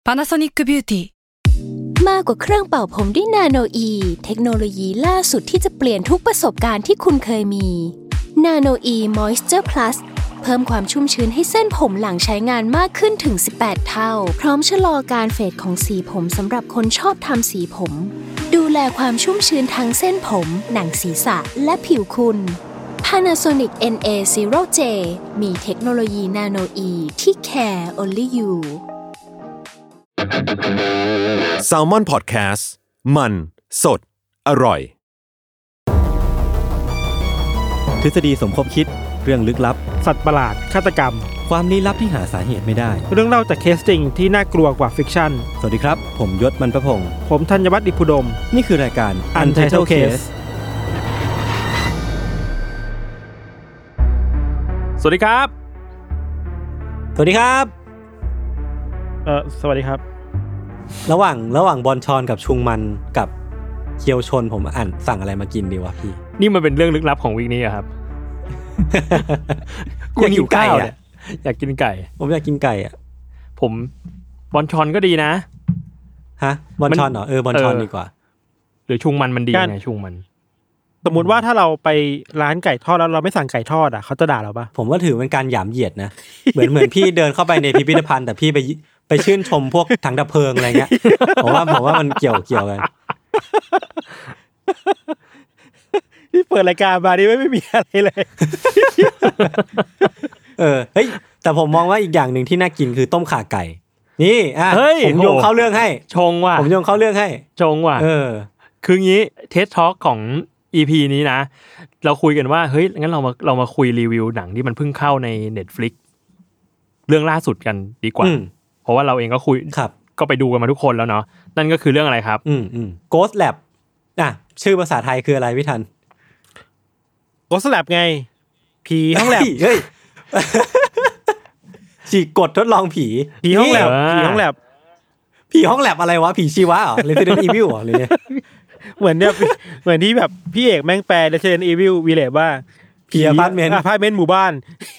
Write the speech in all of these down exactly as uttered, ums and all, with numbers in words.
Panasonic Beauty มากกว่าเครื่องเป่าผมด้วยนาโนอีเทคโนโลยีล่าสุดที่จะเปลี่ยนทุกประสบการณ์ที่คุณเคยมีนาโนอีมอยส์เจอร์พลัสเพิ่มความชุ่มชื้นให้เส้นผมหลังใช้งานมากขึ้นถึงสิบแปดเท่าพร้อมชะลอการเฟดของสีผมสำหรับคนชอบทำสีผมดูแลความชุ่มชื้นทั้งเส้นผมหนังศีรษะและผิวคุณ Panasonic เอ็น เอ ศูนย์ เจ มีเทคโนโลยีนาโนอีที่ care only you Salmon Podcast มันสดอร่อยทฤษฎีสมคบคิดเรื่องลึกลับสัตว์ประหลาดฆาตกรรมความลี้ลับที่หาสาเหตุไม่ได้เรื่องเล่าจากเคสจริงที่น่ากลัวกว่าฟิกชั่นสวัสดีครับผมยศมันประพงษ์ผมธัญวัฒน์อิพุดมนี่คือรายการ Untitled Case สวัสดีครับสวัสดีครับเอ่อสวัสดีครับระหว่างระหว่างบอลชอนกับชุงมันกับเคียวชนผมอ่านสั่งอะไรมากินดีวะพี่นี่มันเป็นเรื่องลึกลับของวีคนี้อะครับกูหิวไก่อ่ะอยากกินไก่ผมอยากกินไก่อ่ะผมบอลชอนก็ดีนะฮะบอลชอนเหรอเออบอลชอนดีกว่าหรือชุงมันมันดีไงชุงมันสมมุติว่าถ้าเราไปร้านไก่ทอดแล้วเราไม่สั่งไก่ทอดอ่ะเขาจะด่าเราป่ะผมว่าถือเป็นการหยามเหยียดนะ เหมือนเหมือนพี่เดินเข้าไปในพิพิธภัณฑ์แต่พี่ไปไปชื่นชมพวกถังดับเพลิงอะไรเงี้ยผมว่าผมว่ามันเกี่ยวเกี่ยวกันนี่เปิดรายการมานี่ไม่ไม่มีอะไรเลยเออเฮ้ยแต่ผมมองว่าอีกอย่างนึงที่น่ากินคือต้มข่าไก่นี่อ่ะผมโยงเข้าเรื่องให้ชงว่ะผมโยงเข้าเรื่องให้ชงว่ะเออคืองี้เทสทอล์คของ อี พี นี้นะเราคุยกันว่าเฮ้ยงั้นเรามาเรามาคุยรีวิวหนังที่มันเพิ่งเข้าใน Netflix เรื่องล่าสุดกันดีกว่าเพราะว่าเราเองก็คุยก็ไปดูกันมาทุกคนแล้วเนาะนั่นก็คือเรื่องอะไรครับอืมอืม Ghost Lab อ่ะชื่อภาษาไทยคืออะไรพี่ทัน Ghost Lab ไงผีห้องแลบเฮ้ยฉีกกดทดลองผีผีห้องแลบผีห้องแลบผีห้องแลบอะไรวะผีชีวะเหรอ Resident Evil เหรอหรือเนี่ยเหมือนเนี่ยเหมือนที่แบบพี่เอกแม่งแปล Resident Evil Village ว่าผีอพาร์ตเมนต์อพาร์ตเมนต์หมู่บ้าน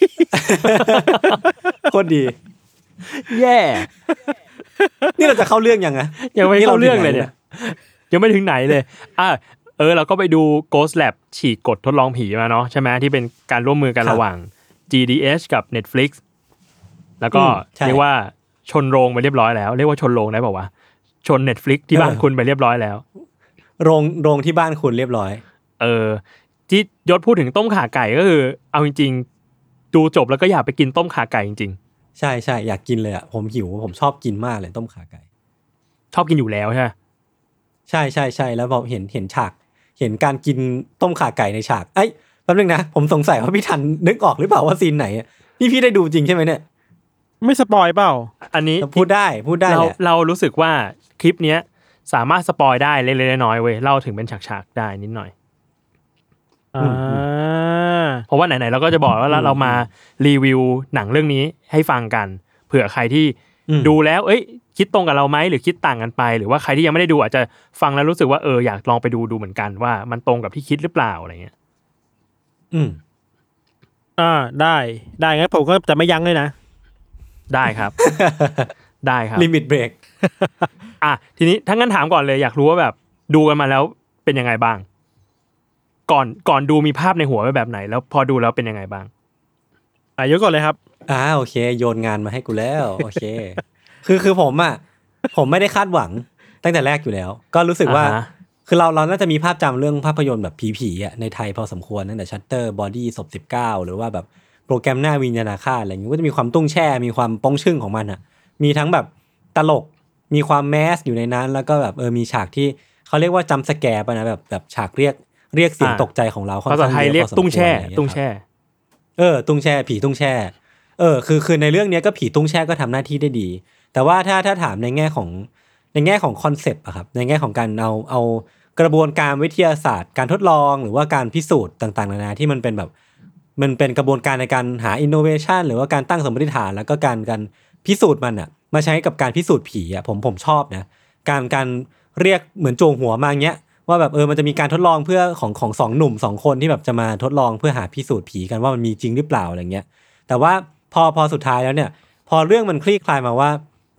โคตรดีแย่นี่เราจะเข้าเรื่องยังไงยังไม่เข้าเรื่องเลยเนี่ยยังไม่ถึงไหนเลยอ่ะเออเราก็ไปดู Ghost Lab ฉีกกฎทดลองผีมาเนาะใช่ไหมที่เป็นการร่วมมือกันระหว่าง จี ดี เอช กับ Netflix แล้วก็เรียกว่าชนโรงไปเรียบร้อยแล้วเรียกว่าชนโรงได้ป่าววะชน Netflix ที่บ้านคุณไปเรียบร้อยแล้วโรงโรงที่บ้านคุณเรียบร้อยเออที่ยศพูดถึงต้มข่าไก่ก็คือเอาจริงๆดูจบแล้วก็อยากไปกินต้มข่าไก่จริงๆใช่ๆอยากกินเลยอ่ะผมหิวผมชอบกินมากเลยต้มข่าไก่ชอบกินอยู่แล้วใช่ใช่ๆๆแล้วพอเห็นเห็นฉากเห็นการกินต้มข่าไก่ในฉากเอ้ยแป๊บนึงนะผมสงสัยว่าพี่ทันนึกออกหรือเปล่าว่าซีนไหนนี่พี่ได้ดูจริงใช่มั้ยเนี่ยไม่สปอยเปล่าอันนี้พูดได้พูดได้แหละเรารู้สึกว่าคลิปเนี้ยสามารถสปอยได้เล็กๆน้อยๆเว้ยเล่าถึงเป็นฉากๆได้นิดหน่อยอ่าเพราะว่าไหนๆเราก็จะบอกว่าเรามารีวิวหนังเรื่องนี้ให้ฟังกันเผื่อใครที่ดูแล้วเอ้ยคิดตรงกับเราไหมหรือคิดต่างกันไปหรือว่าใครที่ยังไม่ได้ดูอาจจะฟังแล้วรู้สึกว่าเอออยากลองไปดูดูเหมือนกันว่ามันตรงกับที่คิดหรือเปล่าอะไรเงี้ยอืมอ่าได้ได้งั้นผมก็จะไม่ยั้งเลยนะได้ครับได้ครับลิมิตเบรกอ่ะทีนี้ทั้งนั้นถามก่อนเลยอยากรู้ว่าแบบดูกันมาแล้วเป็นยังไงบ้างก่อนก่อนดูมีภาพในหัวไว้แบบไหนแล้วพอดูแล้วเป็นยังไงบ้างอ่ะยกก่อนเลยครับอ่าโอเคโยนงานมาให้กูแล้วโอเคคือคือผมอ่ะผมไม่ได้คาดหวังตั้งแต่แรกอยู่แล้วก็รู้สึกว่าคือเราเราน่าจะมีภาพจำเรื่องภาพยนตร์แบบผีๆอ่ะในไทยพอสมควรตั้งแต่ Shutter Body ศพสิบเก้าหรือว่าแบบโปรแกรมหน้าวิญญาณฆาตอะไรอย่างงี้ก็จะมีความตุ้งแช่มีความป้องชึ่งของมันอ่ะมีทั้งแบบตลกมีความแมสอยู่ในนั้นแล้วก็แบบเออมีฉากที่เขาเรียกว่าจัมป์สแกร์ป่ะนะแบบแบบฉากเรียกเรียกเสียงตกใจของเราค่อนข้างเยอะเรียกตุ้งแช่ตุ้งแช่เออตุ้งแช่ผีตุ้งแช่เออคือคือในเรื่องนี้ก็ผีตุ้งแช่ก็ทำหน้าที่ได้ดีแต่ว่าถ้าถ้าถามในแง่ของในแง่ของคอนเซปต์อะครับในแง่ของการเอาเอากระบวนการวิทยาศาสตร์การทดลองหรือว่าการพิสูจน์ต่างๆนานาที่มันเป็นแบบมันเป็นกระบวนการในการหาอินโนเวชันหรือว่าการตั้งสมมติฐานแล้วก็การการพิสูจน์มันอะมาใช้กับการพิสูจน์ผีอ่ะผมผมชอบนะการการเรียกเหมือนโจงหัวมาอย่างเงี้ยว่าแบบเออมันจะมีการทดลองเพื่อของของสองหนุ่มสองคนที่แบบจะมาทดลองเพื่อหาพิสูจน์ผีกันว่ามันมีจริงหรือเปล่าอะไรเงี้ยแต่ว่าพอพอสุดท้ายแล้วเนี่ยพอเรื่องมันคลี่คลายมาว่า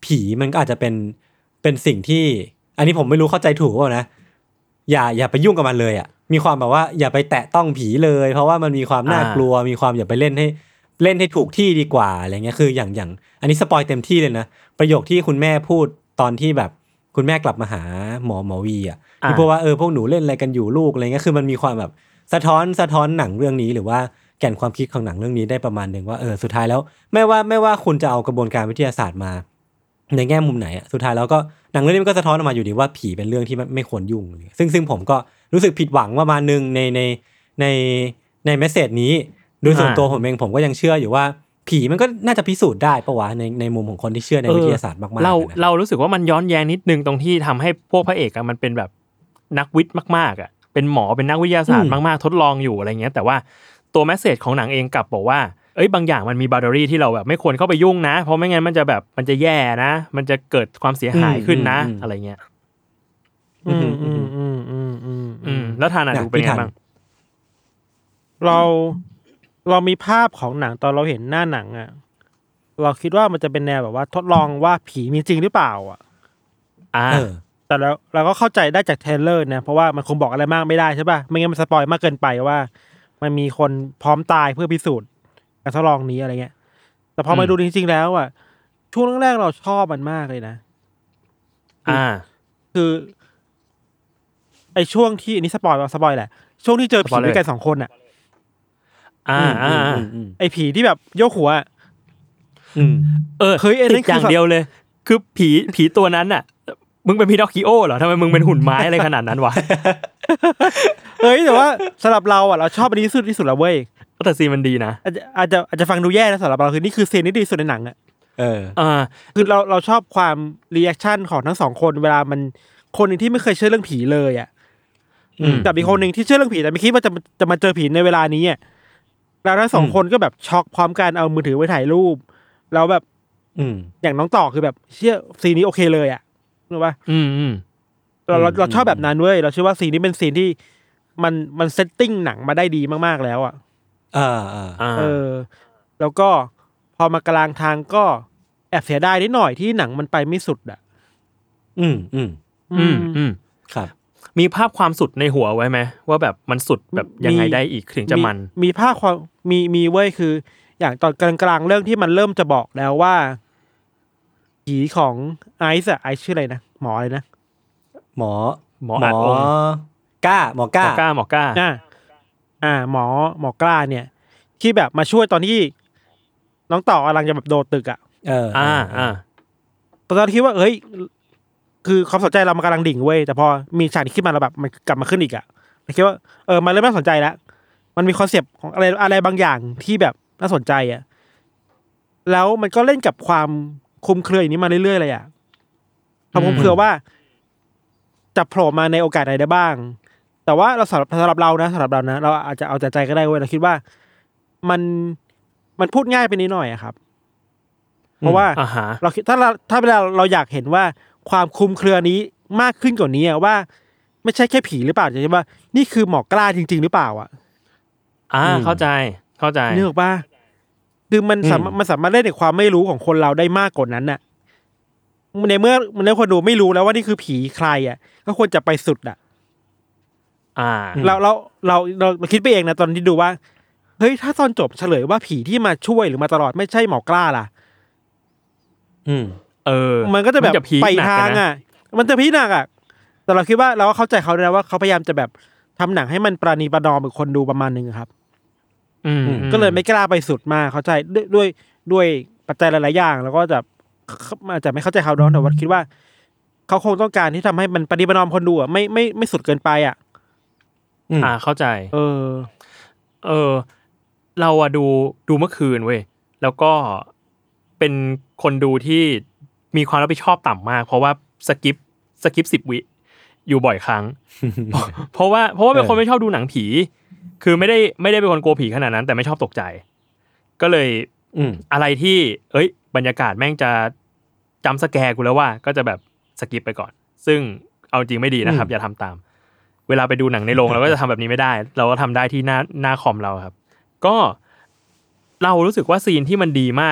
ผีมันก็อาจจะเป็นเป็นสิ่งที่อันนี้ผมไม่รู้เข้าใจถูกป่ะนะอย่าอย่าไปยุ่งกับมันเลยอ่ะมีความแบบว่าอย่าไปแตะต้องผีเลยเพราะว่ามันมีความน่ากลัวมีความอย่าไปเล่นให้เล่นให้ถูกที่ดีกว่าอะไรเงี้ยคืออย่างอย่างอันนี้สปอยเต็มที่เลยนะประโยคที่คุณแม่พูดตอนที่แบบคุณแม่กลับมาหาหมอหมอวีอ่ะที่พูดว่าเออพวกหนูเล่นอะไรกันอยู่ลูกอะไรเงี้ยคือมันมีความแบบสะท้อนสะท้อนหนังเรื่องนี้หรือว่าแก่นความคิดของหนังเรื่องนี้ได้ประมาณนึงว่าเออสุดท้ายแล้วไม่ว่าไม่ว่าคุณจะเอากระบวนการวิทยาศาสตร์มาในแง่มุมไหนอ่ะสุดท้ายแล้วก็หนังเรื่องนี้มันก็สะท้อนออกมาอยู่ดีว่าผีเป็นเรื่องที่ไม่ควรยุ่งซึ่งซึ่งผมก็รู้สึกผิดหวังประมาณนึงในในในในเมสเสจนี้โดยส่วนตัวผมเองผมก็ยังเชื่ออยู่ว่าผีมันก็น่าจะพิสูจน์ได้ปะวะในในมุมของคนที่เชื่อในวิทยาศาสตร์มากๆเราเรารู้สึกว่ามันย้อนแย้งนิดนึงตรงที่ทำให้พวกพระเอกอะมันเป็นแบบนักวิทย์มากๆอะเป็นหมอเป็นนักวิทยาศาสตร์มากๆทดลองอยู่อะไรเงี้ยแต่ว่าตัวเมสเสจของหนังเองกลับบอกว่าเอ้ยบางอย่างมันมีบาวดารี่ที่เราแบบไม่ควรเข้าไปยุ่งนะเพราะไม่งั้นมันจะแบบมันจะแย่นะมันจะเกิดความเสียหายขึ้นนะอะไรเงี้ยอืมอืมอืมอืมอืมอืมแล้วทานอ่ะดูเป็นไงบ้างเราเรามีภาพของหนังตอนเราเห็นหน้าหนังอ่ะเราคิดว่ามันจะเป็นแนวแบบว่าทดลองว่าผีมีจริงหรือเปล่าอ่ะอ่าแต่แล้วเราก็เข้าใจได้จากเทรลเลอร์นะเพราะว่ามันคงบอกอะไรมากไม่ได้ใช่ป่ะไม่งั้นมันสปอยมากเกินไปว่ามันมีคนพร้อมตายเพื่อพิสูจน์การทดลองนี้อะไรเงี้ยแต่พอมาดูจริงๆแล้วอ่ะช่วงแรกๆเราชอบมันมากเลยนะอ่าคือไอช่วงที่อันนี้สปอยล์สปอยล์แหละช่วงที่เจอผีด้วยกันสองคนอ่ะอ่าอ่าไอผีที่แบบโยกหัวอืมเออเคยติดอย่างเดียวเลยคือผีผีตัวนั้นน่ะมึงเป็นพีนอคคิโอเหรอทำไมมึงเป็นหุ่นไม้อะไรขนาดนั้นวะเฮ้ยแต่ว่าสำหรับเราอ่ะเราชอบอันนี้ที่สุดที่สุดแล้วเว้ยแต่ซีนมันดีนะอาจจะอาจจะอาจจะฟังดูแย่นะสำหรับเราคือนี่คือซีนที่ดีสุดในหนังอ่ะเอออ่าคือเราเราชอบความรีแอคชั่นของทั้งสองคนเวลามันคนนึงที่ไม่เคยเชื่อเรื่องผีเลยอ่ะกับอีกคนนึงที่เชื่อเรื่องผีแต่ไม่คิดว่าจะจะมาเจอผีในเวลานี้อ่ะแล้วทั้งสองคนก็แบบช็อกพร้อมกันเอามือถือไปถ่ายรูปแล้วแบบอย่างน้องต่อคือแบบเชื่อซีนนี้โอเคเลยอ่ะรู้ป่ะเราเราเราชอบแบบนั้นเว้ยเราเชื่อว่าซีนนี้เป็นซีนที่มันมันเซตติ้งหนังมาได้ดีมากๆแล้วอ่ะอ่าอ่าเออแล้วก็พอมากลางทางก็แอบเสียดายนิดหน่อยที่หนังมันไปไม่สุดอ่ะอืมอืมอืมอืมครับมีภาพความสุดในหัวไว้ไหมว่าแบบมันสุดแบบยังไงได้อีกถึงจะมันมีภาพความมีมีเว้ยคืออย่างตอนกลางๆเรื่องที่มันเริ่มจะบอกแล้วว่าผีของไอซ์อะไอซ์ชื่ออะไรนะหมออะไรนะหมอหมอหมอกล้าหมอกล้าหมอกล้าหมอกล้าอ่าอ่าหมอหมอกล้าเนี่ยที่แบบมาช่วยตอนที่น้องต่อกำลังจะแบบโดดตึกอ่ะเอออ่าอ่าตอนนั้นคิดว่าเฮ้ยคือความสนใจเรามันกำลังดิ่งเว้ยแต่พอมีฉากนี้ขึ้นมาเราแบบมันกลับมาขึ้นอีกอ่ะคิดว่าเออมันเริ่มน่าสนใจแล้วมันมีคอนเซปต์ของอะไรอะไรบางอย่างที่แบบน่าสนใจอ่ะแล้วมันก็เล่นกับความคุมเครืออย่างนี้มาเรื่อยๆเลยอ่ะความคุมเครือว่าจะโผล่มาในโอกาสไหนได้บ้างแต่ว่าเราสำหรับสำหรับเรานะสำหรับเรานะเราอาจจะเอาแต่ใจก็ได้เว้ยเราคิดว่ามันมันพูดง่ายไปนิดหน่อยอะครับเพราะว่าเราถ้าเราถ้าเวลาเราอยากเห็นว่าความคุมเครือนี้มากขึ้นกว่านี้ว่าไม่ใช่แค่ผีหรือเปล่าจะใช่ว่านี่คือหมอกล้าจริงๆหรือเปล่าอ่ะอ่าเข้าใจเข้าใจนึกออกป่ะคือมันสามารถมันสามารถเล่นในความไม่รู้ของคนเราได้มากกว่านั้นน่ะในเมื่อมันแล้วคนดูไม่รู้แล้วว่านี่คือผีใครอ่ะก็ควรจะไปสุดอ่ะอ่าเราเราเราเราคิดไปเองนะตอนที่ดูว่าเฮ้ยถ้าตอนจบเฉลยว่าผีที่มาช่วยหรือมาตลอดไม่ใช่หมอกล้าล่ะอืมเออมันก็จะแบบไปทางอ่ะมันจะพีหนักอ่ะแต่เราคิดว่าเราก็เข้าใจเขาแล้วว่าเขาพยายามจะแบบทำหนังให้มันประนีประนอมกับคนดูประมาณนึงครับอืมก็เลยไม่กล้าไปสุดมากเข้าใจด้วยด้วยด้วยปัจจัยหลายๆอย่างแล้วก็จะอาจจะไม่เข้าใจเขาด้แต่ว่าคิดว่าเขาคงต้องการที่ทำให้มันประนีประนอมคนดูอ่ะไม่ไม่ไม่สุดเกินไปอ่ะอ่าเข้าใจเออเออเราอะดูดูเมื่อคืนเว้ยแล้วก็เป็นคนดูที่มีความรับผิดชอบต่ำมากเพราะว่าสกิปสกิปสิบวิอยู่บ่อยครั้ง เพราะว่าเพราะว่าเป็นคนไม่ชอบดูหนังผีคือไม่ได้ไม่ได้เป็นคนกลัวผีขนาดนั้นแต่ไม่ชอบตกใจก็เลยอะไรที่เอ้ยบรรยากาศแม่งจะจำสแกร์กูแล้วว่าก็จะแบบสกิปไปก่อนซึ่งเอาจริงไม่ดีนะครับอย่าทำตามเวลาไปดูหนังในโรงเราก็จะทำแบบนี้ไม่ได้เราก็ทำได้ที่หน้าหน้าคอมเราครับก็เรารู้สึกว่าซีนที่มันดีมาก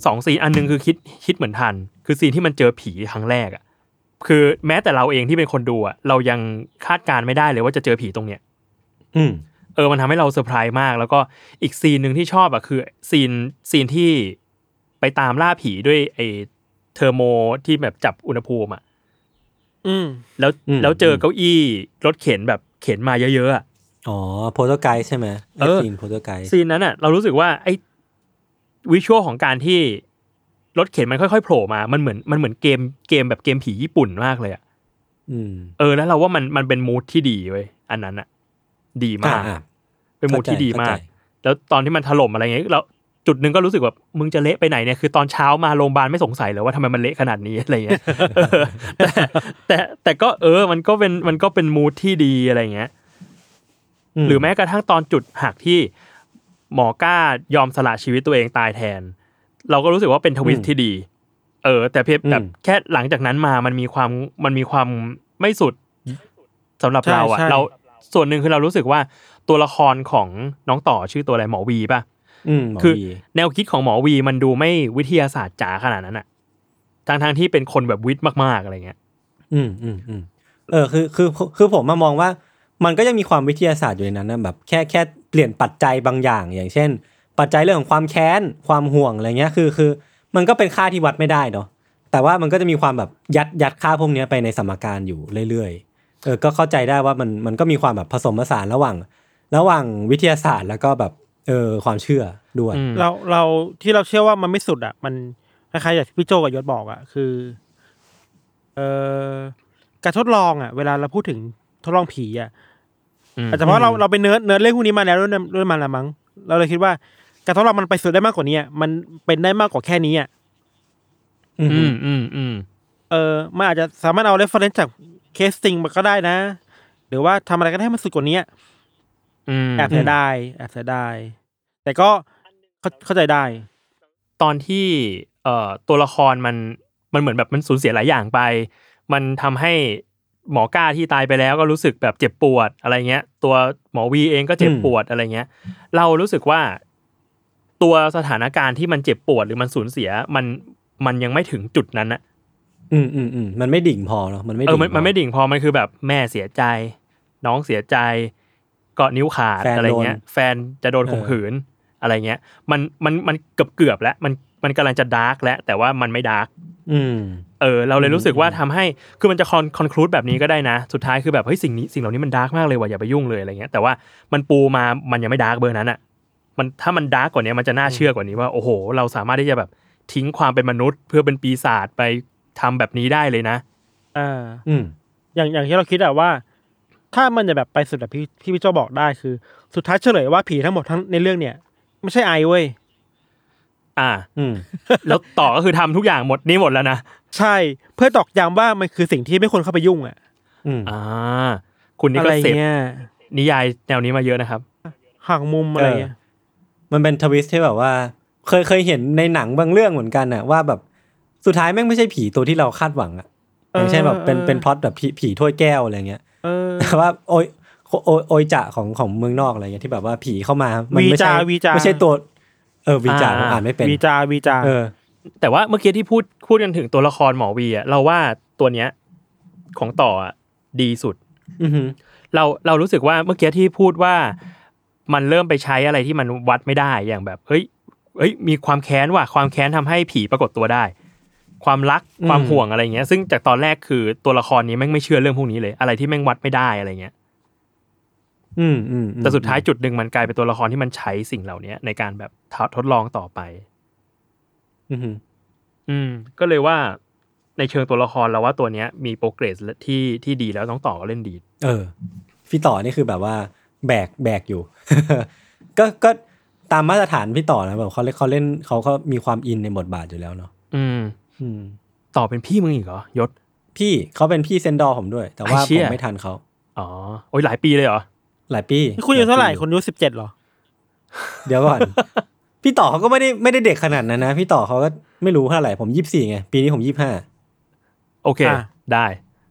สองซีนอันนึงคือคิดคิดเหมือนทันคือซีนที่มันเจอผีครั้งแรกอ่ะคือแม้แต่เราเองที่เป็นคนดูอ่ะเรายังคาดการไม่ได้เลยว่าจะเจอผีตรงเนี้ยอืมเออมันทำให้เราเซอร์ไพรส์มากแล้วก็อีกซีนนึงที่ชอบอ่ะคือซีนซีนที่ไปตามล่าผีด้วยไอ้เทอร์โมที่แบบจับอุณหภูมิอ่ะอืมแล้วแล้วเจอเก้าอี้รถเข็นแบบเข็นมาเยอะๆอ่ะอ๋อโปรโตไกด์ใช่ไหมไอ้ซีนโปรโตไกด์ซีนนั้นอ่ะเรารู้สึกว่าไอ้วิชวลของการที่รถเข็นมันค่อยๆโผล่มามันเหมือนมันเหมือนเกมเกมแบบเกมผีญี่ปุ่นมากเลยอ่ะอืมเออแล้วเราว่ามันมันเป็นมูดที่ดีเว้ยอันนั้นอ่ะดีมากเป็นมูดที่ดีมากแล้วตอนที่มันถล่มอะไรเงี้ยเราจุดนึงก็รู้สึกแบบมึงจะเละไปไหนเนี่ยคือตอนเช้ามาโรงพยาบาลไม่สงสัยเลยว่าทำไมมันเละขนาดนี้อะไรเงี้ยแต่แต่แต่ก็เออมันก็เป็นมันก็เป็นมูดที่ดีอะไรเงี้ยหรือแม้กระทั่งตอนจุดหักที่หมอก้ายอมสละชีวิตตัวเองตายแทนเราก็รู้สึกว่าเป็นทวิสต์ที่ดีเออแต่เพียงแบบแค่หลังจากนั้นมามันมีความมันมีความไม่สุดสำหรับเราอ่ะเราส่วนหนึ่งคือเรารู้สึกว่าตัวละครของน้องต่อชื่อตัวอะไรหมอวีป่ะคือแนวคิดของหมอวีมันดูไม่วิทยาศาสตร์จ๋าขนาดนั้นอ่ะทั้งทั้งที่เป็นคนแบบวิทย์มากๆอะไรเงี้ยอืมอืมอืมเออคือคือคือผมมามองว่ามันก็ยังมีความวิทยาศาสตร์อยู่ในนั้นนะแบบแค่แค่เปลี่ยนปัจจัยบางอย่างอย่างเช่นปัจจัยเรื่องของความแค้นความห่วงอะไรเงี้ยคือคือมันก็เป็นค่าที่วัดไม่ได้เนาะแต่ว่ามันก็จะมีความแบบยัดยัดค่าพวกนี้ไปในสมการอยู่เรื่อยๆเออก็เข้าใจได้ว่ามันมันก็มีความแบบผสมผสานระหว่างระหว่างวิทยาศาสตร์แล้วก็แบบเออความเชื่อด้วยเราเราที่เราเชื่อว่ามันไม่สุดอ่ะมันคล้ายๆอย่างที่พี่โจกับยศบอกอ่ะคือเอ่อการทดลองอ่ะเวลาเราพูดถึงทดลองผีอ่ะอาจจะเพราะเราเราไปเนิร์ดเนิร์ดเรื่องพวกนี้มาแล้วด้วยด้วยมันละมั้งเราเลยคิดว่าการทดลองมันไปสุดได้มากกว่านี้มันเป็นได้มากกว่าแค่นี้อ่ะอืมอืมอืมเออมันอาจจะสามารถเอา reference จากเคสจริงมาก็ได้นะหรือว่าทำอะไรก็ได้ให้มันสุดกว่านี้แอบเสียดายแอบเสียดายแต่ก็เข้าใจได้ตอนที่เอ่อตัวละครมันมันเหมือนแบบมันสูญเสียหลายอย่างไปมันทำให้หมอก้าที่ตายไปแล้วก็รู้สึกแบบเจ็บปวดอะไรเงี้ยตัวหมอวีเองก็เจ็บปวดอะไรเงี้ยเรารู้สึกว่าตัวสถานการณ์ที่มันเจ็บปวดหรือมันสูญเสียมันมันยังไม่ถึงจุดนั้นนะอืมอืมอืมมันไม่ดิ่งพอเนาะมันไม่เออมันมันไม่ดิ่งพอมันคือแบบแม่เสียใจน้องเสียใจเกาะนิ้วขาดอะไรเงี้ยแฟนจะโดนข่มขืนอะไรเงี้ยมันมันมันเกือบเกือบแล้วมันมันกำลังจะดาร์กแล้วแต่ว่ามันไม่ดาร์กอืมเออเราเลยรู้สึกว่าทำให้คือมันจะคอนคอนคลูดแบบนี้ก็ได้นะสุดท้ายคือแบบเฮ้ยสิ่งนี้สิ่งเหล่านี้มันดาร์กมากเลยว่ะอย่าไปยุ่งเลยอะไรเงี้ยแต่ว่ามันปูมามันยังไม่ดาร์กเบอร์นั้นอ่ะมันถ้ามันดาร์กกว่านี้มันจะน่าเชื่อกว่านี้ว่าโอ้โหเราสามารถที่จะแบบทิ้งความเป็นมนุษย์เพื่อเป็นปีศาจไปทำแบบนี้ได้เลยนะอ่าอืมอย่างอย่างที่เราคิดอะว่าถ้ามันจะแบบไปสุดแบบพี่พี่พี่โจบอกได้คือสุดท้ายเฉลยว่าผีทั้งหมดทั้งในเรื่องเนี่ยไม่ใช่ไอเว้ยอ่าอืมแล้วต่อก็คือทำทุกอย่างหมดนี่หมดแล้วนะใช่เพื่อตอกย้ำว่ามันคือสิ่งที่ไม่ควรเข้าไปยุ่งอ่ะอืมอ่าคุณนี่ก็เสพนิยายแนวนี้มาเยอะนะครับหักมุมอะไรเงี้ยมันเป็นทวิสต์ที่แบบว่าเคยเคยเห็นในหนังบางเรื่องเหมือนกันน่ะว่าแบบสุดท้ายแม่งไม่ใช่ผีตัวที่เราคาดหวังอ่ะอย่างเช่นแบบเป็นเป็นพล็อตแบบผีผีถ้วยแก้วอะไรเงี้ยแต่ว่าโอยโอยโอยจะของของเมืองนอกอะไรเงี้ยที่แบบว่าผีเข้ามามันไม่ใช่ไม่ใช่ตัวเออวีจาผมอ่านไม่เป็นวีจาวีจาเออแต่ว่าเมื่อกี้ที่พูดพูดกันถึงตัวละครหมอวีอ่ะเราว่าตัวเนี้ยของต่ออ่ะดีสุดอือฮึเราเรารู้สึกว่าเมื่อกี้ที่พูดว่ามันเริ่มไปใช้อะไรที่มันวัดไม่ได้อย่างแบบเฮ้ยเฮ้ยมีความแค้นว่ะความแค้นทำให้ผีปรากฏตัวได้ความรักความห่วงอะไรเงี้ยซึ่งจากตอนแรกคือตัวละครนี้แม่งไม่เชื่อเรื่องพวกนี้เลยอะไรที่แม่งวัดไม่ได้อะไรเงี้ยอืมอืมแต่สุดท้ายจุดหนึ่งมันกลายเป็นตัวละครที่มันใช้สิ่งเหล่านี้ในการแบบทดลองต่อไปอืมอืมก็เลยว่าในเชิงตัวละครเราว่าตัวเนี้ยมีโปรเกรสที่ที่ดีแล้วต้องต่อก็เล่นดีเออพี่ต่อนี่คือแบบว่าแบกแบกอยู่ ก็ก็ตามมาตรฐานพี่ต่อนะแบบเขาเล่นเขาเล่นเขาก็มีความอินในบทบาทอยู่แล้วเนาะอืมอืมต่อเป็นพี่มึงอีกเหรอยศพี่เขาเป็นพี่เซนดอร์ผมด้วยแต่ว่าผมไม่ทันเขาอ๋อโอ้ยหลายปีเลยเหรอหลายปีคุณอายุเท่าไหร่คุณอายุสิบเจ็ดเหรอเดี๋ยวก่อน พี่ต่อเขาก็ไม่ได้ไม่ได้เด็กขนาดนั้นนะพี่ต่อเขาก็ไม่รู้เท่าไหร่ผมยี่สิบสี่ไงปีนี้ผมยี่สิบห้าโอเคได้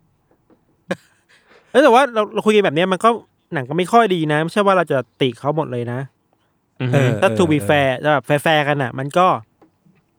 เออแต่ว่าเราเราคุยกันแบบนี้มันก็หนังก็ไม่ค่อยดีนะไม่ใช่ว่าเราจะติเขาหมดเลยนะถ้า to be fair จะแบบแฟร์ๆกันอ่ะมันก็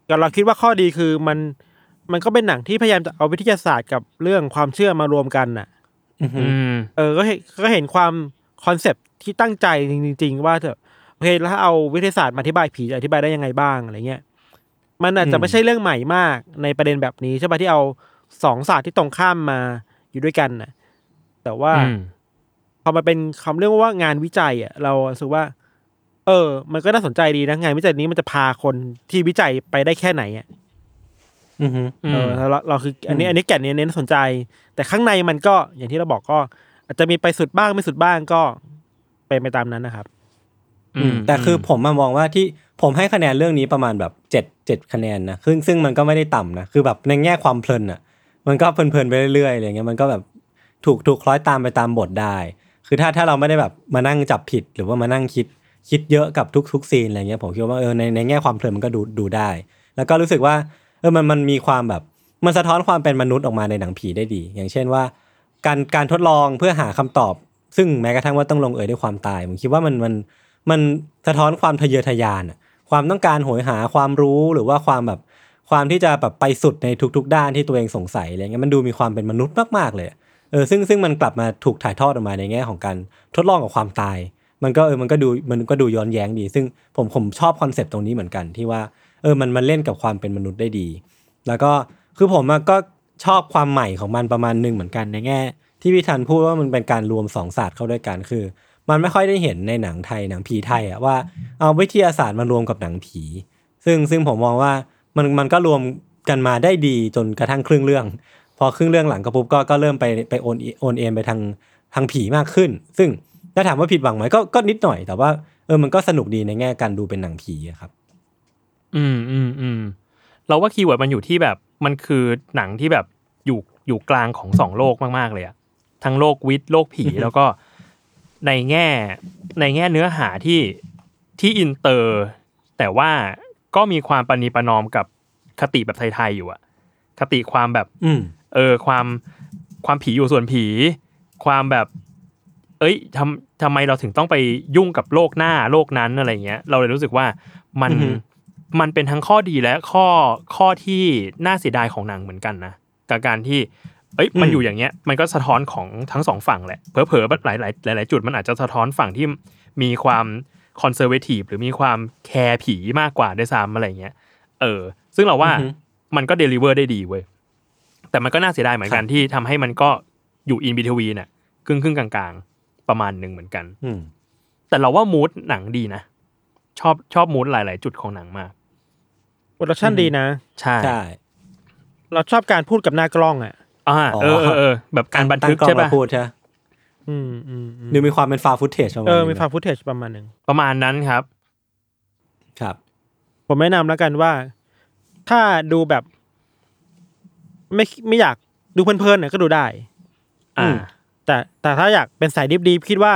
ก็เราคิดว่าข้อดีคือมันมันก็เป็นหนังที่พยายามจะเอาวิทยาศาสตร์กับเรื่องความเชื่อมารวมกันน่ะอือฮึอืมเออก็เห็นก็เห็นความคอนเซปต์ที่ตั้งใจจริงๆว่าเถอะโอเคแล้วถ้าเอาวิทยาศาสตร์มาอธิบายผีจะอธิบายได้ยังไงบ้างอะไรเงี้ยมันอาจจะไม่ใช่เรื่องใหม่มากในประเด็นแบบนี้ใช่ป่ะที่เอาสองศาสตร์ที่ตรงข้ามมาอยู่ด้วยกันน่ะแต่ว่าอืมพอมาเป็นคำเรียกว่างานวิจัยอ่ะเรารู้สึกว่า เออ มันก็น่าสนใจดีนะงานวิจัยนี้มันจะพาคนที่วิจัยไปได้แค่ไหนอ่ะอือฮึเออเราเราคืออันนี้อันนี้แก่นนี้เน้นสนใจ แต่ข้างในมันก็อย่างที่เราบอกก็อาจจะมีไปสุดบ้างไม่สุดบ้างก็เป็นไปตามนั้นนะครับอืมแต่คือผมมามองว่าที่ผมให้คะแนนเรื่องนี้ประมาณแบบเจ็ด เจ็ดคะแนนนะซึ่งซึ่งมันก็ไม่ได้ต่ำนะคือแบบในแง่ความเพลินอ่ะมันก็เพลินๆไปเรื่อยๆอะไรเงี้ยมันก็แบบถูกถูกคล้อยตามไปตามบทได้คือถ้าถ้าเราไม่ได้แบบมานั่งจับผิดหรือว่ามานั่งคิดคิดเยอะกับทุกทุกซีนอะไรเงี้ยผมคิดว่าเออในในแง่ความเพลินมันก็ดูดูได้แล้วก็รู้สึกว่าเออมันมันมีความแบบมันสะท้อนความเป็นมนุษย์ออกมาในหนังผีได้ดีอย่างเช่นว่าการการทดลองเพื่อหาคำตอบซึ่งแม้กระทั่งว่าต้องลงเอยด้วยความตายผมคิดว่ามันมันมันสะท้อนความทะเยอทะยานอะความต้องการโหยหาความรู้หรือว่าความแบบความที่จะแบบไปสุดในทุกๆด้านที่ตัวเองสงสัยอะไรเงี้ยมันดูมีความเป็นมนุษย์มากๆเลยเออซึ่งซึ่งมันกลับมาถูกถ่ายทอดออกมาในแง่ของการทดลองกับความตายมันก็เออมันก็ดูมันก็ดูย้อนแย้งดีซึ่งผมผมชอบคอนเซปต์ตรงนี้เหมือนกันที่ว่าเออมันมันเล่นกับความเป็นมนุษย์ได้ดีแล้วก็คือผมก็ชอบความใหม่ของมันประมาณนึงเหมือนกันในแง่ที่พี่ธันพูดว่ามันเป็นการรวมสองศาสตร์เข้าด้วยกันคือมันไม่ค่อยได้เห็นในหนังไทยหนังผีไทยอะว่าเอาวิทยาศาสตร์มารวมกับหนังผีซึ่งซึ่งผมมองว่ามันมันก็รวมกันมาได้ดีจนกระทั่งครึ่งเรื่องพอครึ่งเรื่องหลังก็ปุ๊บก็ก็เริ่มไปไปโอนโอนเอ็นไปทางทางผีมากขึ้นซึ่งถ้าถามว่าผิดหวังไหมก็ก็นิดหน่อยแต่ว่าเออมันก็สนุกดีในแง่การดูเป็นหนังผีครับอืมอืมอืมเราว่าคีย์เวิร์ดมันอยู่ที่แบบมันคือหนังที่แบบอยู่อยู่กลางของสองโลกมากๆเลยอะทั้งโลกวิทย์โลกผี แล้วก็ในแง่ในแง่เนื้อหาที่ที่อินเตอร์แต่ว่าก็มีความปณีประนอมกับคติแบบไทยๆอยู่อะคติความแบบอืมเออความความผีอยู่ส่วนผี ความแบบ เอ้ยทำทำไมเราถึงต้องไปยุ่งกับโลกหน้าโลกนั้นอะไรเงี้ยเราเลยรู้สึกว่ามันมันเป็นทั้งข้อดีและข้อข้อที่น่าเสียดายของหนังเหมือนกันนะกับการที่เอ้ยมันอยู่อย่างเงี้ยมันก็สะท้อนของทั้งสองฝั่งแหละเผลอๆหลายหลายหลายจุดมันอาจจะสะท้อนฝั่งที่มีความคอนเซอร์เวทีฟหรือมีความแคร์ผีมากกว่าด้วยซ้ำอะไรเงี้ยเออซึ่งเราว่ามันก็เดลิเวอร์ได้ดีเว้ยแต่มันก็น่าเสียดายเหมือนกันที่ทำให้มันก็อยู่อินบิทวีนน่ะครึ่งๆกลางๆประมาณนึงเหมือนกันแต่เราว่ามูดหนังดีนะชอบชอบมูดหลายๆจุดของหนังมากโปรดักชั่นดีนะใช่เราชอบการพูดกับหน้ากล้องอ่ะอ่าเออเออแบบการบันทึกใช่ป่ะพูดใช่อืมอืมหรือมีความเป็นฟาวฟุตเทจประมาณเออมีฟาวฟุตเทจประมาณนึงประมาณนั้นครับครับผมแนะนำแล้วกันว่าถ้าดูแบบไม่ไม่อยากดูเพลินๆเนี่ยก็ดูได้อ่าแต่แต่ถ้าอยากเป็นสายดิฟดีคิดว่า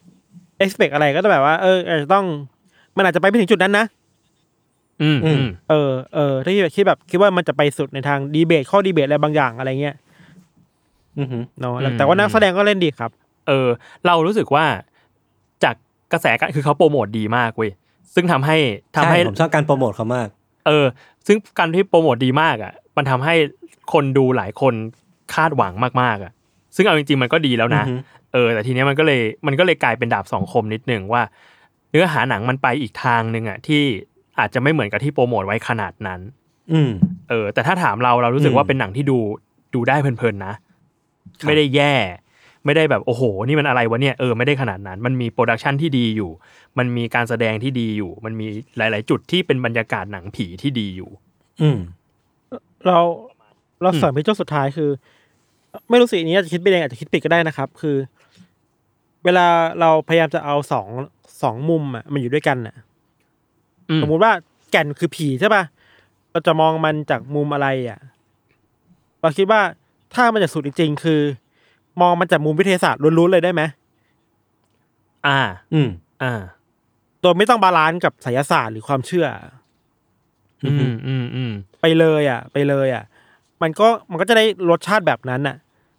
expect อะไรก็ต้องแบบว่าเอออาจจะต้องมันอาจจะไปไม่ถึงจุดนั้นนะอืมอืมเออเออถ้าคิดแบบคิดว่ามันจะไปสุดในทางดีเบตข้อดีเบตอะไรบางอย่างอะไรเงี้ยอือฮึเนาะแต่ว่านักแสดงก็เล่นดีครับเออเรารู้สึกว่าจากกระแสการคือเขาโปรโมทดีมากเว้ยซึ่งทำให้ทำให้ผมชอบการโปรโมทเขามากเออซึ่งการที่โปรโมทดีมากอ่ะมันทำให้คนดูหลายคนคาดหวังมากๆอ่ะซึ่งเอาจริงๆมันก็ดีแล้วนะเออแต่ทีเนี้ยมันก็เลยมันก็เลยกลายเป็นดาบสองคมนิดนึงว่าเนื้อหาหนังมันไปอีกทางนึงอ่ะที่อาจจะไม่เหมือนกับที่โปรโมทไว้ขนาดนั้นอืมเออแต่ถ้าถามเราเรารู้สึกว่าเป็นหนังที่ดูดูได้เพลินๆนะไม่ได้แย่ไม่ได้แบบโอ้โหนี่มันอะไรวะเนี่ยเออไม่ได้ขนาดนั้นมันมีโปรดักชันที่ดีอยู่มันมีการแสดงที่ดีอยู่มันมีหลายๆจุดที่เป็นบรรยากาศหนังผีที่ดีอยู่อืมเราเราเสริมพี่โจ้สุดท้ายคือไม่รู้สิอันนี้อาจจะคิดไปเองอาจจะคิดผิดก็ได้นะครับคือเวลาเราพยายามจะเอาสองสองมุมอ่ะมันอยู่ด้วยกันน่ะสมมุติว่าแก่นคือผีใช่ป่ะเราจะมองมันจากมุมอะไรอ่ะเราคิดว่าถ้ามันจะสุดจริงๆคือมองมันจากมุมวิทยาศาสตร์ล้วนๆเลยได้ไหมอ่าอืมอ่าโดยไม่ต้องบาลานซ์กับไสยศาสตร์หรือความเชื่ออืมอืมอืมไปเลยอ่ะไปเลยอ่ะมันก็มันก็จะได้รสชาติแบบนั้นน่ะ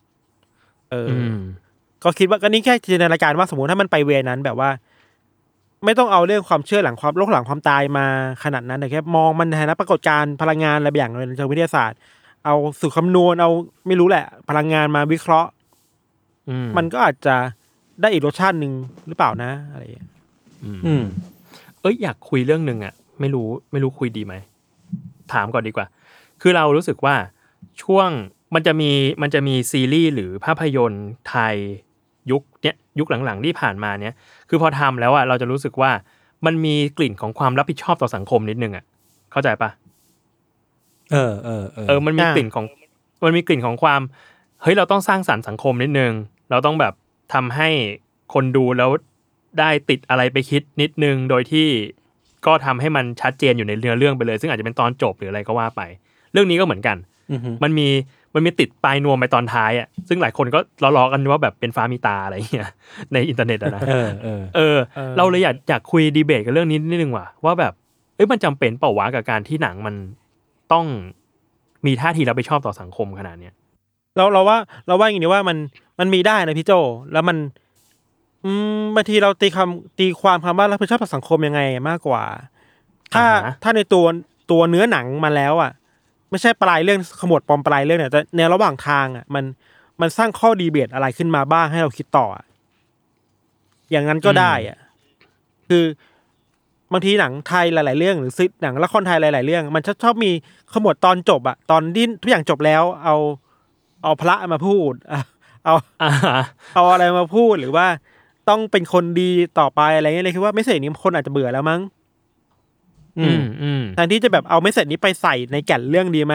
เออก็คิดว่าก็นี่แค่จินตนาการว่าสมมติถ้ามันไปเวนั้นแบบว่าไม่ต้องเอาเรื่องความเชื่อหลังความโลกหลังความตายมาขนาดนั้นแต่แค่มองมันในฐานะปรากฏการณ์พลังงานอะไรอย่างในเชิงวิทยาศาสตร์เอาสูตรคำนวณเอาไม่รู้แหละพลังงานมาวิเคราะห์มันก็อาจจะได้อีกรสชาตินึงหรือเปล่านะอะไรอย่างเงี้ยอืมเอ้ยอยากคุยเรื่องนึงอ่ะไม่รู้ไม่รู้คุยดีไหมถามก่อนดีกว่าคือเรารู้สึกว่าช่วงมันจะมีมันจะมีซีรีส์หรือภาพยนตร์ไทยยุคเนี้ยยุคหลังๆที่ผ่านมาเนี้ยคือพอทำแล้วอ่ะเราจะรู้สึกว่ามันมีกลิ่นของความรับผิดชอบต่อสังคมนิดนึงอ่ะเข้าใจปะเออเออเออเออมันมีกลิ่นของมันมีกลิ่นของความเฮ้ยเราต้องสร้างสรรค์สังคมนิดนึงเราต้องแบบทำให้คนดูแล้วได้ติดอะไรไปคิดนิดนึงโดยที่ก็ทำให้มันชัดเจนอยู่ในเนื้อเรื่องไปเลยซึ่งอาจจะเป็นตอนจบหรืออะไรก็ว่าไปเรื่องนี้ก็เหมือนกันมันมีมันมีติดปลายนวมไปตอนท้ายอ่ะซึ่งหลายคนก็ล้อๆกันว่าแบบเป็นฟ้ามีตาอะไรเงี้ยในอินเทอร์เน็ตอะนะเออเออเออเราเลยอยากอยากคุยดีเบตกันเรื่องนี้นิดนึงว่ะว่าแบบเอ้ยมันจำเป็นเปล่าวะกับการที่หนังมันต้องมีท่าทีรับผิดชอบต่อสังคมขนาดเนี้ยเราเราว่าเราว่าอย่างนี้ว่ามันมันมีได้นะพี่โจแล้วมันอืมบางทีเราตีคำตีความคำว่ารับผิดชอบต่อสังคมยังไงมากกว่าถ้าถ้าในตัวตัวเนื้อหนังมาแล้วอ่ะไม่ใช่ปลายเรื่องขมวดปมปลายเรื่องเนี่ยแต่ในระหว่างทางอ่ะมันมันสร้างข้อดีเบตอะไรขึ้นมาบ้างให้เราคิดต่ออย่างนั้นก็ได้อ่ะคือบางทีหนังไทยหลายๆเรื่องหรือซิหนังละครไทยหลายๆเรื่องมันชอบชอบมีขมวดตอนจบอ่ะตอนที่ทุกอย่างจบแล้วเอาเอาพระมาพูดเอาเอาอะไรมาพูดหรือว่าต้องเป็นคนดีต่อไปอะไรเงี้ยเลยคิดว่าเมสเสจนี้คนอาจจะเบื่อแล้วมั้งอืมอืมแทนที่จะแบบเอาเมสเสจนี้ไปใส่ในแก่นเรื่องดีไหม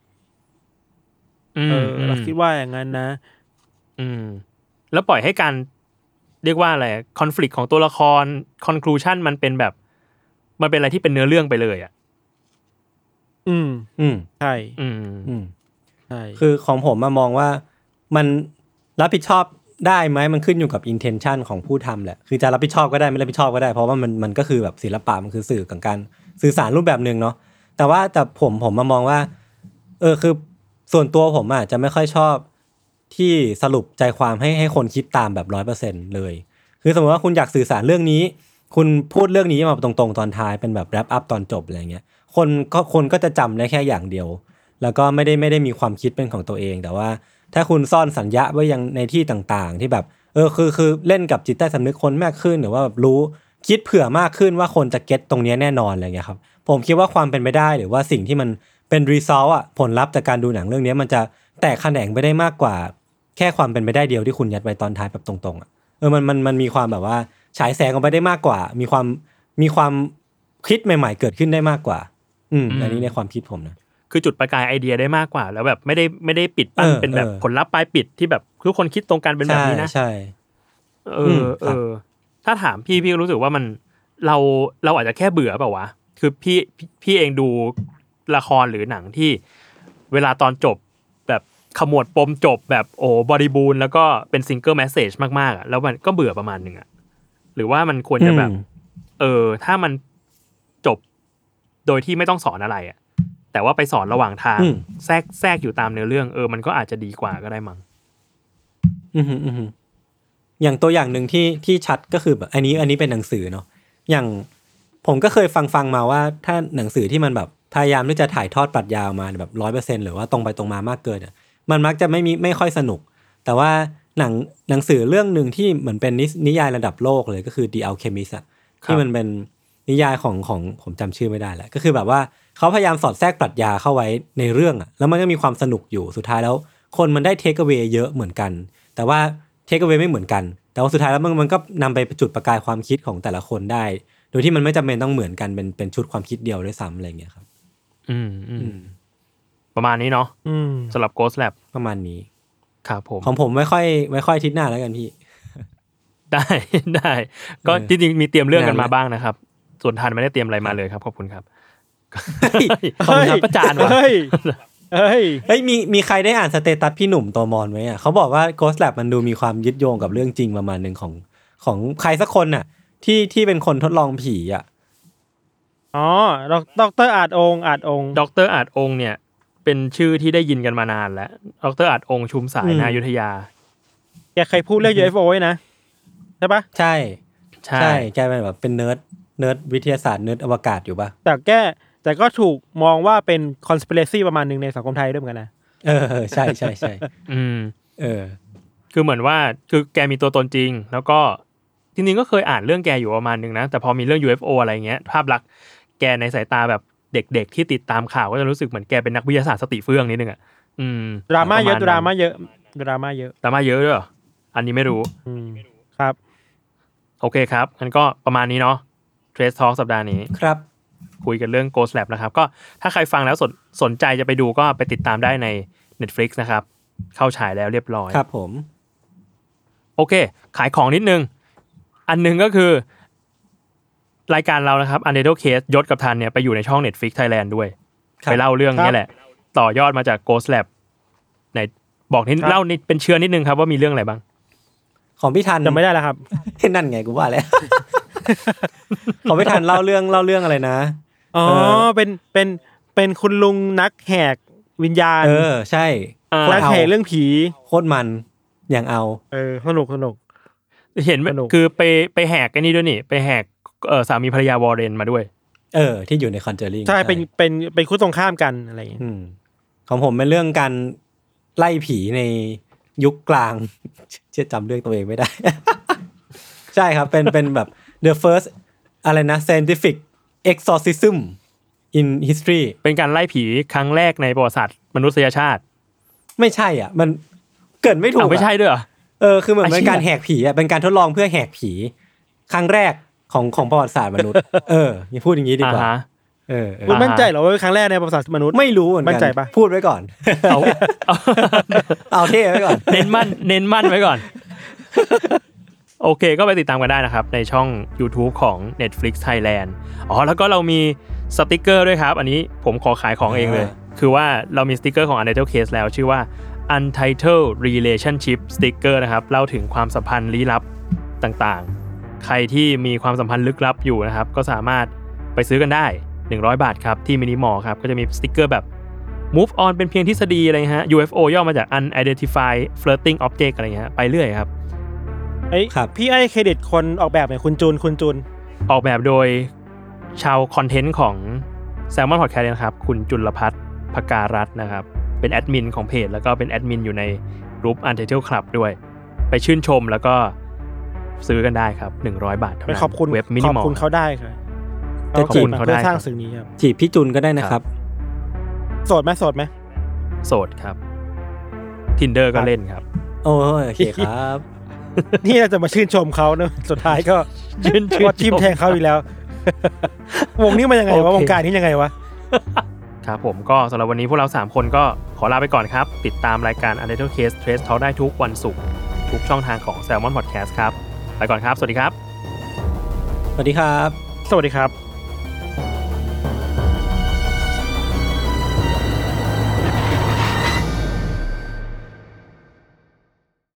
เออเราคิดว่าอย่างนั้นนะอืมแล้วปล่อยให้การเรียกว่าอะไรคอนฟลิกต์ของตัวละครคอนคลูชั่นมันเป็นแบบมันเป็นอะไรที่เป็นเนื้อเรื่องไปเลยอ่ะอืมอืมใช่อืมอืมใช่คือของผมมามองว่ามันรับผิดชอบได้ไหมมันขึ้นอยู่กับ intention ของผู้ทำแหละคือจะรับผิดชอบก็ได้ไม่รับผิดชอบก็ได้เพราะว่ามันมันก็คือแบบศิลปะมันคือสื่อของการสื่อสารรูปแบบนึงเนาะแต่ว่าแต่ผมผมมามองว่าเออคือส่วนตัวผมอ่ะจะไม่ค่อยชอบที่สรุปใจความให้ให้คนคิดตามแบบ ร้อยเปอร์เซ็นต์ เลยคือสมมติว่าคุณอยากสื่อสารเรื่องนี้คุณพูดเรื่องนี้มาตรงๆตอนท้ายเป็นแบบแรปอัพตอนจบอะไรเงี้ยคนก็คนก็จะจำได้แค่อย่างเดียวแล้วก็ไม่ได้ไม่ได้มีความคิดเป็นของตัวเองแต่ว่าถ้าคุณซ่อนสัญญาไว้ยังในที่ต่างๆที่แบบเออคือคือเล่นกับจิตใต้สำนึกคนมากขึ้นหรือว่าแบบรู้คิดเผื่อมากขึ้นว่าคนจะเก็ตตรงนี้แน่นอนอะไรเงี้ยครับผมคิดว่าความเป็นไปได้หรือว่าสิ่งที่มันเป็นรีซอลต์อ่ะผลลัพธ์จากการดูหนังเรื่องนี้มันจะแตกแขนงไปได้มากกว่าแค่ความเป็นไปได้เดียวที่คุณยัดไว้ตอนท้ายแบบตรงๆอ่ะเออมันมันมันมีความแบบว่าฉายแสงออกไปได้มากกว่ามีความมีความคิดใหม่ๆเกิดขึ้นได้มากกว่าอืมอันนี้ในความคิดผมนะคือจุดประกายไอเดียได้มากกว่าแล้วแบบไม่ได้ไม่ได้ปิดปั้นเป็นแบบผลลัพธ์ปลายปิดที่แบบทุกคนคิดตรงกันเป็นแบบนี้นะใช่เออเออถ้าถามพี่พี่รู้สึกว่ามันเราเราอาจจะแค่เบื่อเปล่าวะคือพี่พี่เองดูละครหรือหนังที่เวลาตอนจบแบบขมวดปมจบแบบโอ้บริบูรณ์แล้วก็เป็นซิงเกิลแมสเสจมากๆอ่ะแล้วมันก็เบื่อประมาณนึงอ่ะหรือว่ามันควรจะแบบเออถ้ามันจบโดยที่ไม่ต้องสอนอะไรอ่ะแต่ว่าไปสอนระหว่างทางแทรกแทรกอยู่ตามเนื้อเรื่องเออมันก็อาจจะดีกว่าก็ได้มั้งอือฮึอือฮึอย่างตัวอย่างหนึ่งที่ที่ชัดก็คือแบบอันนี้อันนี้เป็นหนังสือเนาะอย่างผมก็เคยฟังฟังมาว่าถ้าหนังสือที่มันแบบพยายามที่จะถ่ายทอดปรัชญามาแบบ ร้อยเปอร์เซ็นต์ หรือว่าตรงไปตรงมามากเกินอ่ะมันมักจะไม่มีไม่ค่อยสนุกแต่ว่าหนังหนังสือเรื่องนึงที่เหมือนเป็นนิยายระดับโลกเลยก็คือ The Alchemist อ่ะที่มันเป็นนิยายของของผมจำชื่อไม่ได้แหละก็คือแบบว่าเขาพยายามสอดแทรกปรัชญาเข้าไว้ในเรื่องอ่ะแล้วมันก็มีความสนุกอยู่สุดท้ายแล้วคนมันได้เทคเอาเวย์เยอะเหมือนกันแต่ว่าเทคเอาเวย์ไม่เหมือนกันแต่ว่าสุดท้ายแล้วมันมันก็นำไปจุดประกายความคิดของแต่ละคนได้โดยที่มันไม่จำเป็นต้องเหมือนกันเป็นเป็นชุดความคิดเดียวด้วยซ้ำอะไรเงี้ยครับอืมอืมประมาณนี้เนาะสำหรับ Ghost Lab ประมาณนี้ครับผมของผมไม่ค่อยไม่ค่อยทิศหน้าแล้วกันพี่ได้ได้ก็จริงๆมีเตรียมเรื่องกันมาบ้างนะครับส่วนทันไม่ได้เตรียมอะไรมาเลยครับขอบคุณครับขอบคุณครับอาจารย์ว่ะเฮ้ยเฮ้ยเฮ้ยมีมีใครได้อ่านสเตตัสพี่หนุ่มโตมอนไหมอ่ะเขาบอกว่า Ghost Lab มันดูมีความยึดโยงกับเรื่องจริงประมาณนึงของของใครสักคนน่ะที่ที่เป็นคนทดลองผีอ่ะอ๋อดร.อาจองค์อาจองค์ดร.อาจองค์เนี่ยเป็นชื่อที่ได้ยินกันมานานแล้วดร.อาจองค์ชุมสายนายุทธยาแกเคยพูดเรื่อง ยู เอฟ โอ ไว้นะใช่ปะใช่ใช่ใช่แกเป็นแบบเป็นเนิร์ดเนิร์ดวิทยาศาสตร์เนิร์ดอวกาศอยู่ป่ะแต่แกแต่ก็ถูกมองว่าเป็น conspiracy ประมาณนึงในสังคมไทยด้วยเหมือนกันนะเออใช่ใช่ใช่อืมเออคือเหมือนว่าคือแกมีตัวตนจริงแล้วก็จริงๆก็เคยอ่านเรื่องแกอยู่ประมาณนึงนะแต่พอมีเรื่อง ยู เอฟ โอ อะไรเงี้ยภาพลักษณ์แกในสายตาแบบเด็กๆที่ติดตามข่าวก็จะรู้สึกเหมือนแกเป็นนักวิทยาศาสตร์สติเฟื่องนิดนึงอ่ะอืมดราม่าเยอะดราม่าเยอะดราม่าเยอะดราม่าเยอะด้วยเหรออันนี้ไม่รู้อืมครับโอเคครับงั้นก็ประมาณนี้เนาะ Trace Talk สัปดาห์นี้ครับคุยกันเรื่อง Ghost Lab นะครับก็ถ้าใครฟังแล้วสนสนใจจะไปดูก็ไปติดตามได้ใน Netflix นะครับเข้าฉายแล้วเรียบร้อยครับผมโอเคขายของนิดนึงอันนึงก็คือรายการเรานะครับ Untitled Case ยศกับทันเนี่ยไปอยู่ในช่อง Netflix Thailand ด้วยไปเล่าเรื่องนี้แหละต่อยอดมาจาก Ghost Lab ไหนบอกนิดเล่านิดเป็นเชื้อนิดนึงครับว่ามีเรื่องอะไรบ้างของพี่ทันจำไม่ได้แล้วครับนั่นไงกูว่าแล้วของพี่ทันเล่าเรื่องเล่าเรื่องอะไรนะอ๋อเป็นเป็นเป็นคุณลุงนักแหกวิญญาณเออใช่นักแหกเรื่องผีโคตรมันอย่างเอาเออสนุกสนุกเห็นคือไปไปแหกไอ้นี่ด้วยนี่ไปแหกเออสามีภรรยาวอร์เรนมาด้วยเออที่อยู่ในคอนเจอริงใช่เป็นเป็นเป็นคู่ตรงข้ามกันอะไรอย่างเงี้ยของผมเป็นเรื่องการไล่ผีในยุคกลางเชื่อจำเรื่องตัวเองไม่ได้ ใช่ครับเป็นเป็นแบบ the first อะไรนะ scientific exorcism in history เป็นการไล่ผีครั้งแรกในประวัติศาสตร์มนุษยชาติไม่ใช่อ่ะมันเกิดไม่ถูกไม่ใช่ด้วยเหรอเออคือเหมือนเป็นการแหกผีอ่ะเป็นการทดลองเพื่อแหกผีครั้งแรกของของประวัติศาสตร์มนุษย์เอออย่าพูดอย่างนี้ดีกว่าเออคุณมั่นใจเหรอว่าเป็นครั้งแรกในประวัติศาสตร์มนุษย์ไม่รู้เหมือนกันมั่นใจปะพูดไว้ก่อนเอาเอาเท่ไว้ก่อนเน้นมั่นเน้นมั่นไว้ก่อนโอเคก็ไปติดตามกันได้นะครับในช่อง YouTube ของ Netflix Thailand อ๋อแล้วก็เรามีสติกเกอร์ด้วยครับอันนี้ผมขอขายของเองเลยคือว่าเรามีสติกเกอร์ของ Untitled Case แล้วชื่อว่า Untitled Relationship Sticker นะครับเล่าถึงความสัมพันธ์ลี้ลับต่างๆใครที่มีความสัมพันธ์ลึกลับอยู่นะครับก็สามารถไปซื้อกันได้หนึ่งร้อยบาทครับที่มินิมอลครับก็จะมีสติกเกอร์แบบ move on เป็นเพียงทฤษฎีอะไรฮะ ยู เอฟ โอ ย่อมาจาก unidentified floating object อะไรเงี้ยไปเรื่อยครับเอ้ยพี่ไอ้เครดิตคนออกแบบเนี่ยคุณจูนคุณจูนออกแบบโดยชาวคอนเทนต์ของ Salmon Podcast นะครับคุณจุลภัทรภการัตน์นะครับเป็นแอดมินของเพจแล้วก็เป็นแอดมินอยู่ในกลุ่ม Untitled Club ด้วยไปชื่นชมแล้วก็ซื้อกันได้ครับหนึ่งร้อยบาทเท่านั้นขอบคุณเว็บมินิมอลขอบคุณเขาได้ครับจะจีบเพื่อสร้างสิ่งนี้ครับจีบพี่จุนก็ได้นะครับโสดไหมโสดไหมโสดครับ Tinder ก็เล่นครับโอ้โอเคครับนี่เราจะมาชื่นชมเขาเนอะสุดท้ายก็ชื่นชื่นทีมแทงเขาอีกแล้ววงนี้มันยังไงวะวงการนี้ยังไงวะครับผมก็สำหรับวันนี้พวกเราสามคนก็ขอลาไปก่อนครับติดตามรายการ Untitled Case Trace Talk ได้ทุกวันศุกร์ทุกช่องทางของ Salmon Podcast ครับไปก่อนครับสวัสดีครับสวัสดีครับสวัสดีครับ